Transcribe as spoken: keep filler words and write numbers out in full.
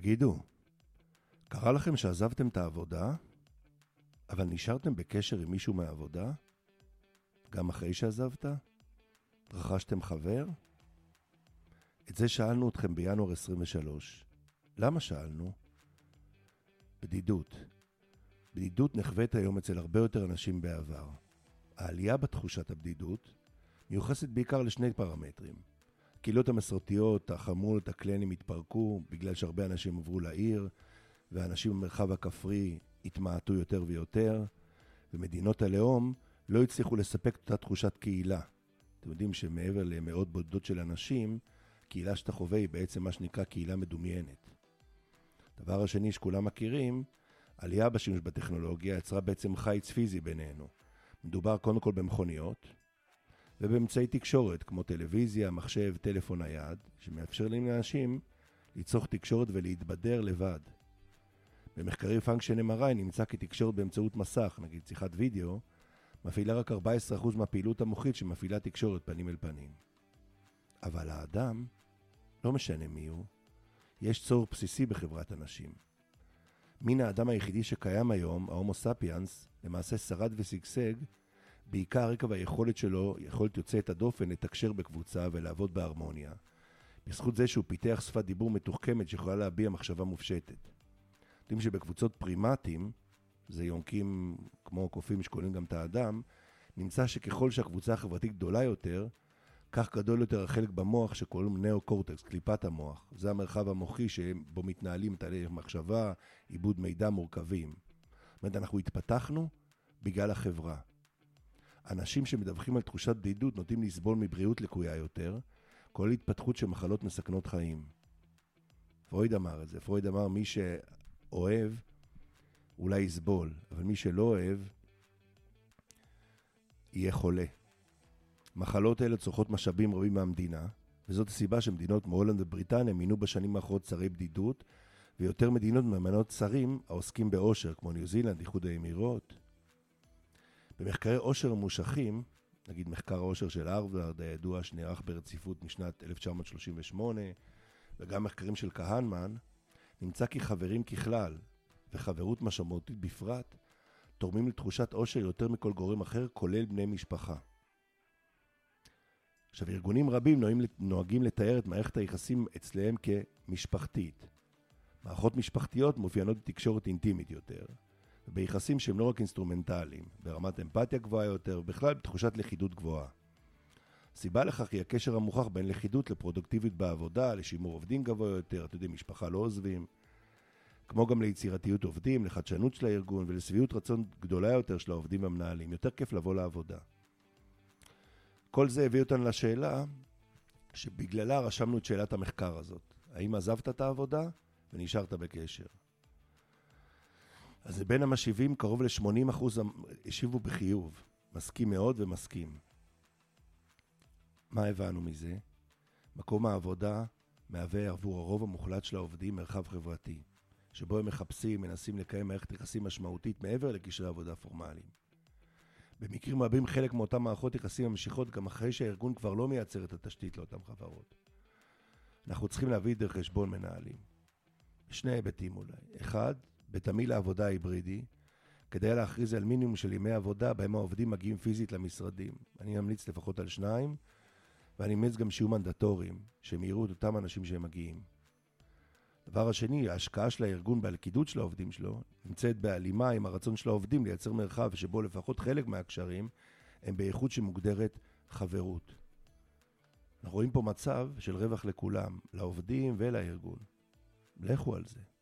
תגידו, קרה לכם שעזבתם את העבודה, אבל נשארתם בקשר עם מישהו מהעבודה? גם אחרי שעזבת? רכשתם חבר? את זה שאלנו אתכם בינואר עשרים ושלוש. למה שאלנו? בדידות. בדידות נחווית היום אצל הרבה יותר אנשים בעבר. העלייה בתחושת הבדידות מיוחסת בעיקר לשני פרמטרים. הקהילות המסורתיות, החמולות, הקלנים התפרקו בגלל שהרבה אנשים עברו לעיר, ואנשים במרחב הכפרי התמעטו יותר ויותר, ומדינות הלאום לא הצליחו לספק אותה תחושת קהילה. אתם יודעים שמעבר למאות בודדות של אנשים, קהילה שאתה חווה היא בעצם מה שנקרא קהילה מדומיינת. דבר השני שכולם מכירים, עלייה בשימוש בטכנולוגיה יצרה בעצם חיץ פיזי בינינו. מדובר קודם כל במכוניות, ובאמצעי תקשורת כמו טלוויזיה, מחשב, טלפון נייד, שמאפשר לאנשים ליצור תקשורת ולהתבדר לבד. במחקרי פונקשן אם אר איי נמצא כי תקשורת באמצעות מסך, נגיד שיחת וידאו, מפעילה רק ארבעה עשר אחוז מהפעילות המוחית שמפעילה תקשורת פנים אל פנים. אבל האדם, לא משנה מי הוא, יש צורך בסיסי בחברת אנשים. מין האדם היחידי שקיים היום, ההומו ספיאנס, למעשה שרד ושגשג, בעיקר רקע והיכולת שלו, יכולת יוצאת הדופן, לתקשר בקבוצה ולעבוד בהרמוניה. בזכות זה שהוא פיתח שפת דיבור מתוחכמת שיכולה להביע מחשבה מופשטת. יודעים שבקבוצות פרימטים, זה יונקים כמו קופים שקולים גם את האדם, נמצא שככל שהקבוצה החברתית גדולה יותר, כך גדול יותר החלק במוח שקוראים נאו-קורטקס, קליפת המוח. זה המרחב המוחי שבו מתנהלים תהליכי מחשבה, עיבוד מידע מורכבים. זאת אומרת, אנחנו התפתחנו בגלל החברה. אנשים שמדווחים על תחושת בדידות נוטים לסבול מבריאות לקויה יותר, כולל התפתחות של מחלות מסכנות חיים. פרויד אמר את זה. פרויד אמר מי שאוהב אולי יסבול, אבל מי שלא אוהב יהיה חולה. מחלות האלה צורכות משאבים רבים מהמדינה, וזאת הסיבה שמדינות כמו הולנד ובריטניה מינו בשנים האחרונות שרי בדידות, ויותר מדינות ממנות שרים העוסקים באושר, כמו ניו זילנד, איחוד האמירויות. במחקרי אושר ממושכים, נגיד מחקר האושר של הרווארד הידוע שנערך ברציפות משנת אלף תשע מאות שלושים ושמונה, וגם מחקרים של כהנמן, נמצא כי חברים ככלל, וחברות משמעותית בפרט, תורמים לתחושת אושר יותר מכל גורם אחר, כולל בני משפחה. עכשיו, ארגונים רבים נוהגים, נוהגים לתאר את מערכת היחסים אצלהם כמשפחתית. מערכות משפחתיות מאופיינות בתקשורת אינטימית יותר, וביחסים שהם לא רק אינסטרומנטליים, ברמת אמפתיה גבוהה יותר, ובכלל בתחושת לכידות גבוהה. הסיבה לכך היא הקשר המוכח בין לכידות לפרודוקטיביות בעבודה, לשימור עובדים גבוה יותר, אתה יודע, משפחה לא עוזבים, כמו גם ליצירתיות עובדים, לחדשנות של הארגון ולשביעות רצון גדולה יותר של העובדים והמנהלים. יותר כיף לבוא לעבודה. כל זה הביא אותנו לשאלה שבגללה רשמנו את שאלת המחקר הזאת. האם עזבת את העבודה ונשארת בקשר? אז בין המשיבים קרוב ל-שמונים אחוז השיבו בחיוב. מסכים מאוד ומסכים. מה הבנו מזה? מקום העבודה מהווה עבור הרוב המוחלט של העובדים מרחב חברתי, שבו הם מחפשים, מנסים לקיים מערכת יחסים משמעותית מעבר לקשרי עבודה פורמליים. במקרים רבים חלק מאותן מערכות יחסים ממשיכות גם אחרי שהארגון כבר לא מייצר את התשתית לאותן חברות. אנחנו צריכים להביא דרך חשבון מנהלים. שני היבטים אולי. אחד, בתמהיל העבודה ההיברידי, כדי להכריז על מינימום של ימי עבודה בהם העובדים מגיעים פיזית למשרדים. אני ממליץ לפחות על שניים, ואני ממליץ גם שיהיו מנדטוריים, שהם יראו את אותם אנשים שהם מגיעים. דבר השני, ההשקעה של הארגון בהלכידות של העובדים שלו, נמצאת בהלימה עם הרצון של העובדים לייצר מרחב שבו לפחות חלק מהקשרים הם באיכות שמוגדרת חברות. אנחנו רואים פה מצב של רווח לכולם, לעובדים ולארגון. לכו על זה.